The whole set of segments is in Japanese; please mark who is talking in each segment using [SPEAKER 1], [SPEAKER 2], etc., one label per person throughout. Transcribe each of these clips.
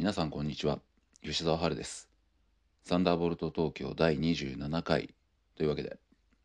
[SPEAKER 1] 皆さんこんにちは。吉澤春です。サンダーボルト東京第27回というわけで、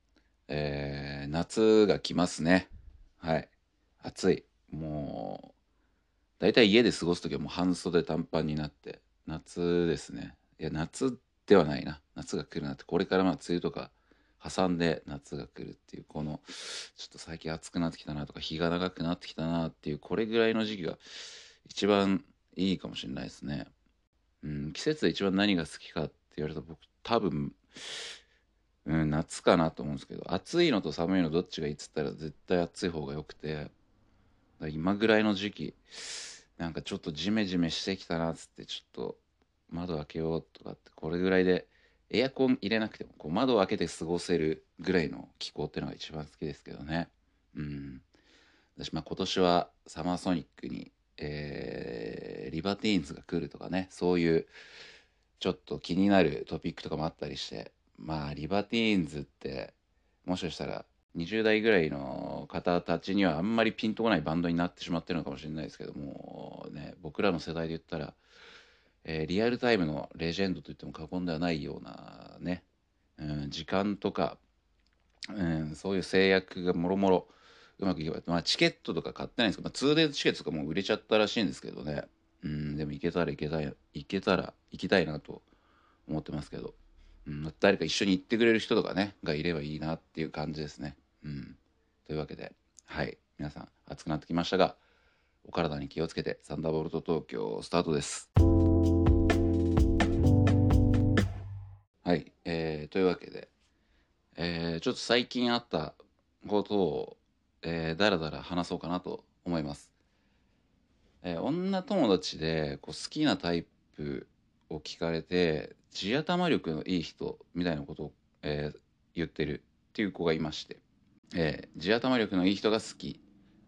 [SPEAKER 1] 夏が来ますね。はい。暑い。もう、だいたい家で過ごすときはもう半袖短パンになって、夏ですね。いや、夏ではないな。夏が来るなって、これから梅雨とか挟んで夏が来るっていう、ちょっと最近暑くなってきたなとか、日が長くなってきたなっていう、これぐらいの時期が一番いいかもしれないですね。季節で一番何が好きかって言われたら僕多分、夏かなと思うんですけど、暑いのと寒いのどっちがいいっつったら絶対暑い方が良くて、だから今ぐらいの時期なんかちょっとジメジメしてきたなっつってちょっと窓開けようとかって、これぐらいでエアコン入れなくてもこう窓を開けて過ごせるぐらいの気候っていうのが一番好きですけどね。私今年はサマーソニックに、リバティーンズが来るとかね、そういうちょっと気になるトピックとかもあったりして、まあリバティーンズってもしかしたら20代ぐらいの方たちにはあんまりピンとこないバンドになってしまってるのかもしれないですけどもね、僕らの世代で言ったら、リアルタイムのレジェンドと言っても過言ではないようなね、時間とか、そういう制約がもろもろうまくいけば、まあ、チケットとか買ってないんですけど、2days チケットとかもう売れちゃったらしいんですけどね。でも行きたいなと思ってますけど、誰か一緒に行ってくれる人とかねがいればいいなっていう感じですね。というわけで、はい皆さん暑くなってきましたが、お体に気をつけてサンダーボルト東京スタートです。はい、というわけで、ちょっと最近あったことを、だらだら話そうかなと思います。女友達でこう好きなタイプを聞かれて地頭力のいい人みたいなことを、言ってるっていう子がいまして、地頭力のいい人が好き、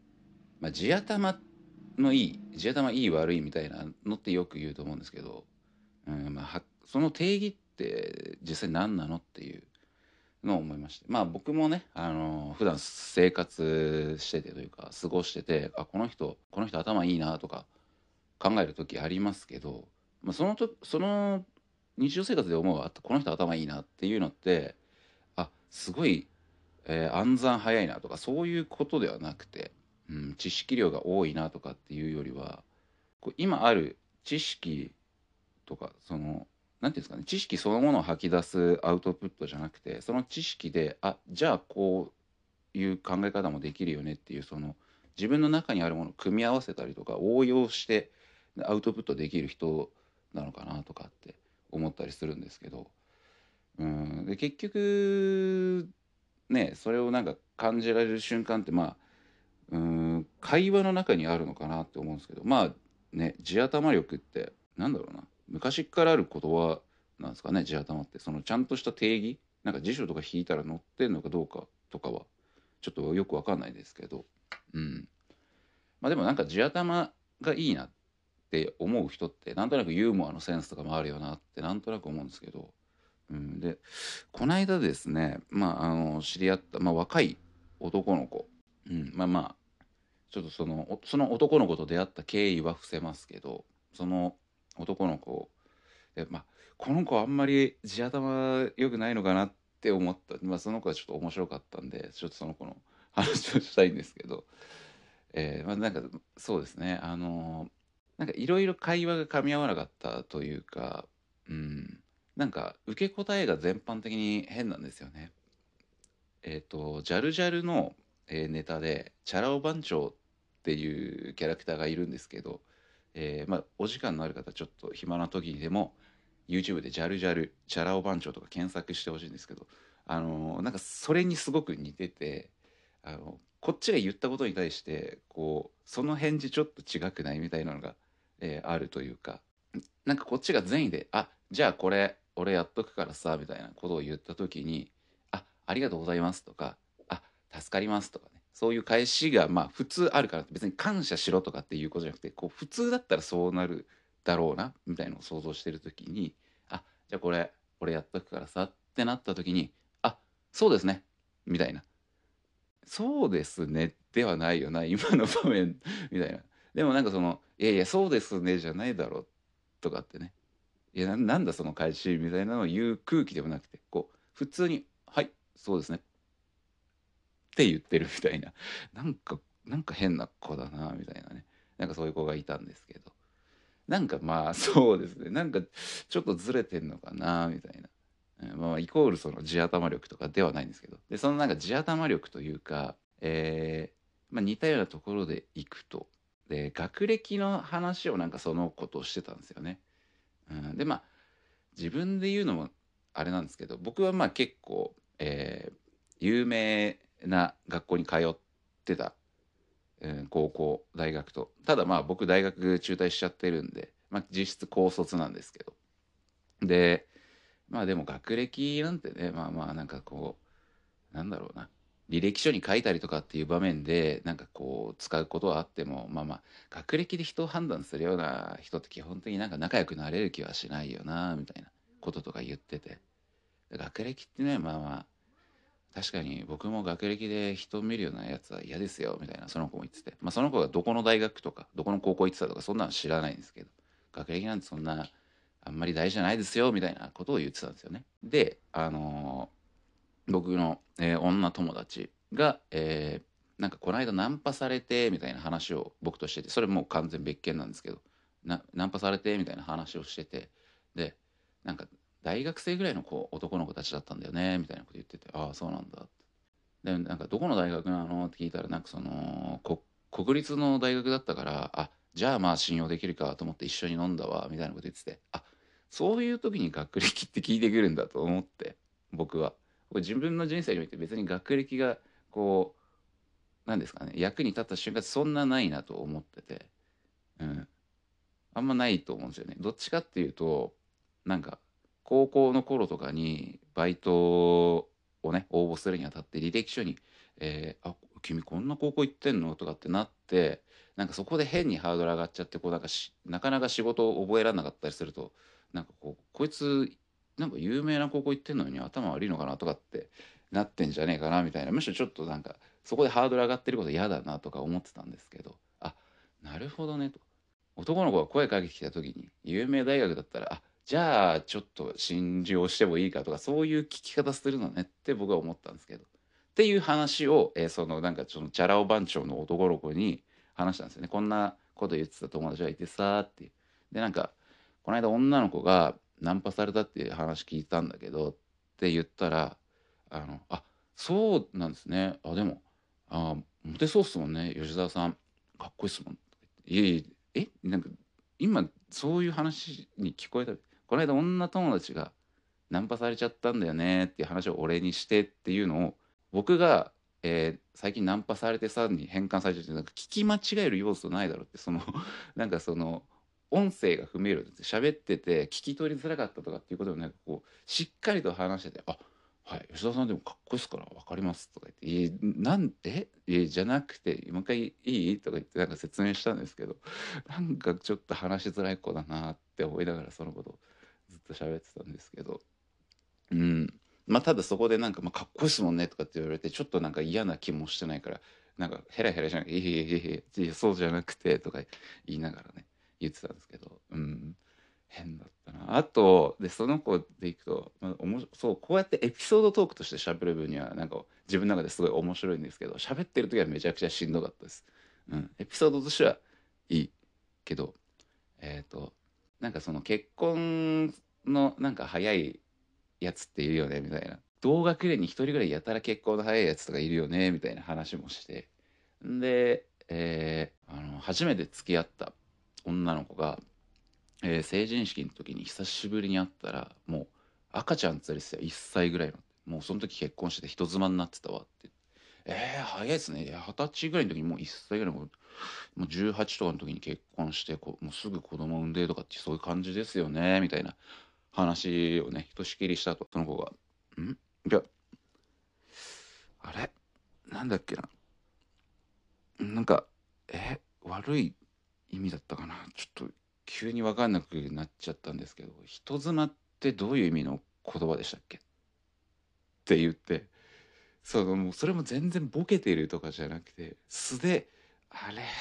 [SPEAKER 1] 地頭いい悪いみたいなのってよく言うと思うんですけど、その定義って実際何なのっていうのを思いまして、まあ僕もね、普段生活しててというか過ごしてて、この人頭いいなとか考える時ありますけど、その日常生活で思うこの人頭いいなっていうのって、すごい、暗算早いなとかそういうことではなくて、知識量が多いなとかっていうよりは、こう今ある知識とか、なんていうんですかね、知識そのものを吐き出すアウトプットじゃなくて、その知識でじゃあこういう考え方もできるよねっていう、自分の中にあるものを組み合わせたりとか応用してアウトプットできる人なのかなとかって思ったりするんですけど、で結局ね、それをなんか感じられる瞬間って、会話の中にあるのかなって思うんですけど、まあね、地頭力ってなんだろうな、昔からある言葉なんですかね。地頭ってそのちゃんとした定義、なんか辞書とか引いたら載ってんのかどうかとかはちょっとよくわかんないですけど、うんでもなんか地頭がいいなって思う人ってなんとなくユーモアのセンスとかもあるよなってなんとなく思うんですけど、でこの間ですね、知り合った、若い男の子、ちょっとその男の子と出会った経緯は伏せますけど、その男の子で、この子あんまり地頭良くないのかなって思った、その子はちょっと面白かったんで、ちょっとその子の話をしたいんですけど、なんかそうですね、なんかいろいろ会話が噛み合わなかったというか、なんか受け答えが全般的に変なんですよね。ジャルジャルの、ネタでチャラ男番長っていうキャラクターがいるんですけど、お時間のある方ちょっと暇な時にでも YouTube でジャルジャルチャラ男番長とか検索してほしいんですけど、なんかそれにすごく似てて、こっちが言ったことに対してこうその返事ちょっと違くないみたいなのが、あるというか、なんかこっちが善意でじゃあこれ俺やっとくからさみたいなことを言った時に、ありがとうございますとか、あ助かりますとかね、そういう返しが普通あるからって、別に感謝しろとかっていうことじゃなくて、こう普通だったらそうなるだろうなみたいなのを想像してる時に、じゃあこれ俺やっとくからさってなった時に、そうですねみたいな、そうですねではないよな今の場面みたいな。でもなんかいやいやそうですねじゃないだろうとかってね、いやなんだその返しみたいなのを言う空気でもなくて、こう普通に「はいそうですね」って言ってるみたいな、なんか変な子だなみたいなね、なんかそういう子がいたんですけど、なんかまあそうですね、なんかちょっとずれてんのかなみたいな。まあイコールその地頭力とかではないんですけど、でそのなんか地頭力というか、まあ、似たようなところでいくと、で学歴の話をなんかその子としてたんですよね。でまあ自分で言うのもあれなんですけど、僕はまあ結構、有名な学校に通ってた、高校大学と、ただまあ僕大学中退しちゃってるんで、まあ、実質高卒なんですけど、でまあでも学歴なんてね、まあまあなんかこうなんだろうな、履歴書に書いたりとかっていう場面でなんかこう使うことはあっても、まあまあ学歴で人を判断するような人って基本的になんか仲良くなれる気はしないよなみたいなこととか言ってて、学歴ってね、まあまあ確かに僕も学歴で人を見るようなやつは嫌ですよみたいな、その子も言ってて、まあその子がどこの大学とかどこの高校行ってたとかそんなの知らないんですけど、学歴なんてそんなあんまり大事じゃないですよみたいなことを言ってたんですよね。で僕の、女友達が、なんかこの間ナンパされてみたいな話を僕としてて、それもう完全別件なんですけど、ナンパされてみたいな話をしてて、でなんか大学生ぐらいの男の子たちだったんだよねみたいなこと言ってて、ああそうなんだって。でなんかどこの大学なのって聞いたら、なんかその国立の大学だったから、あじゃあまあ信用できるかと思って一緒に飲んだわみたいなこと言ってて、あそういう時に学歴って聞いてくるんだと思って、僕はこれ自分の人生において別に学歴がこうなんですかね、役に立った瞬間そんなないなと思ってて、うん、あんまないと思うんですよね。どっちかっていうとなんか高校の頃とかにバイトをね応募するにあたって履歴書に「あ君こんな高校行ってんの?」とかってなって、なんかそこで変にハードル上がっちゃって、こうなんかなかなか仕事を覚えられなかったりすると、なんかこいつなんか有名な高校行ってんのに頭悪いのかなとかってなってんじゃねえかなみたいな、むしろちょっとなんかそこでハードル上がってること嫌だなとか思ってたんですけど、あなるほどねと。男の子が声かけてきた時に有名大学だったら、あじゃあちょっと信用してもいいかとか、そういう聞き方するのねって僕は思ったんですけど、っていう話を、そのなんかそのチャラ男番長の男の子に話したんですよね。こんなこと言ってた友達がいてさっていう。でなんかこの間女の子がナンパされたっていう話聞いたんだけどって言ったら、そうなんですね、でもモテそうっすもんね吉沢さん、かっこいいっすもん。いえいえ、なんか今そういう話に聞こえた。この間女友達がナンパされちゃったんだよねっていう話を俺にしてっていうのを、僕が、最近ナンパされてさに変換されちゃって、なんか聞き間違える要素ないだろって、そのなんかその音声が不明瞭で喋ってて聞き取りづらかったとかっていうことをなんかこうしっかりと話してて、はい吉田さんでもかっこいいっすから分かりますとか言って、じゃなくてもう一回いいとか言ってなんか説明したんですけど、なんかちょっと話しづらい子だなって思いながらそのことをずっと喋ってたんですけど、うん。まあただそこでなんか、かっこいいっすもんねとかって言われてちょっとなんか嫌な気もしてないから、なんかヘラヘラじゃなくて「いえいえいえいえそうじゃなくて」とか言いながらね言ってたんですけど、変だったな。あとでその子でいくと、そうこうやってエピソードトークとして喋る分にはなんか自分の中ですごい面白いんですけど、喋ってる時はめちゃくちゃしんどかったです。エピソードとしてはいいけど、なんかその結婚のなんか早いやつっているよねみたいな、同学年に一人ぐらいやたら結婚の早いやつとかいるよねみたいな話もして、で、初めて付き合った女の子が、成人式の時に久しぶりに会ったらもう赤ちゃん連れてたよ、1歳ぐらいの。もうその時結婚してて人妻になってたわって。早いですね。いや20歳ぐらいの時にもう1歳ぐらい、もう18とかの時に結婚して、もうすぐ子供産んでとかってそういう感じですよねみたいな話をねひとしきりしたと、その子が「んいやあれなんだっけな、なんか悪い意味だったかな、ちょっと急に分かんなくなっちゃったんですけど、人妻ってどういう意味の言葉でしたっけ?」って言って、もうそれも全然ボケてるとかじゃなくて素で「あれ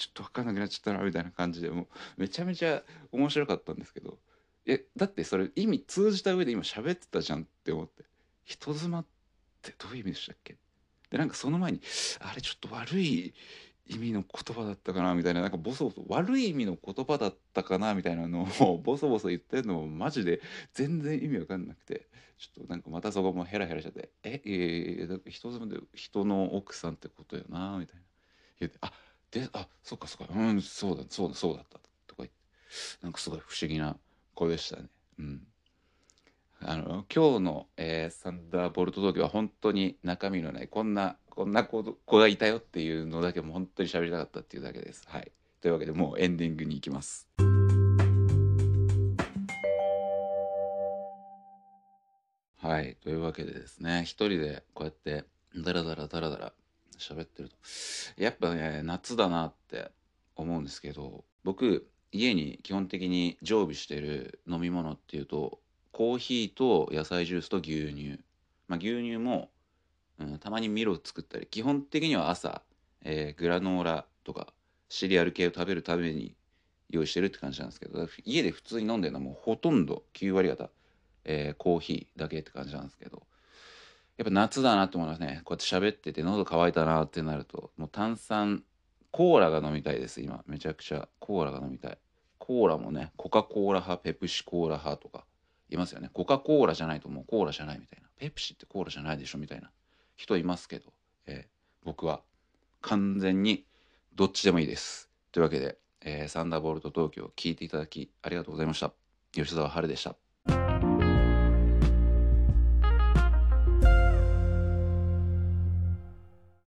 [SPEAKER 1] ちょっと分かんなくなっちゃったなみたいな感じで、もうめちゃめちゃ面白かったんですけど、だってそれ意味通じた上で今喋ってたじゃんって思って、人妻ってどういう意味でしたっけ。でなんかその前にあれちょっと悪い意味の言葉だったかなみたいな、なんかボソボソ悪い意味の言葉だったかなみたいなのをボソボソ言ってるのもマジで全然意味わかんなくて、ちょっとなんかまたそこもヘラヘラしちゃってだから人妻で人の奥さんってことよなみたいな言って、そっかそっか、そうだったとか言って、なんかすごい不思議な子でしたね。うん。今日の、サンダーボルト東京は本当に中身のないこんな子がいたよっていうのだけも本当に喋りたかったっていうだけです。はい。というわけでもうエンディングに行きます。はい。というわけでですね、一人でこうやってダラダラダラダラ喋ってると、やっぱね、夏だなって思うんですけど、僕、家に基本的に常備してる飲み物っていうと、コーヒーと野菜ジュースと牛乳。まあ牛乳も、たまにミロ作ったり、基本的には朝、グラノーラとかシリアル系を食べるために用意してるって感じなんですけど、家で普通に飲んでるのはもうほとんど9割方、コーヒーだけって感じなんですけど、やっぱ夏だなって思いますね。こうやって喋ってて喉乾いたなってなると、もう炭酸コーラが飲みたいです。今めちゃくちゃコーラが飲みたい。コーラもね、コカ・コーラ派、ペプシコーラ派とかいますよね。コカ・コーラじゃないともうコーラじゃないみたいな、ペプシってコーラじゃないでしょみたいな人いますけど、僕は完全にどっちでもいいです。というわけで、サンダーボルト東京聞いていただきありがとうございました。吉澤春でした。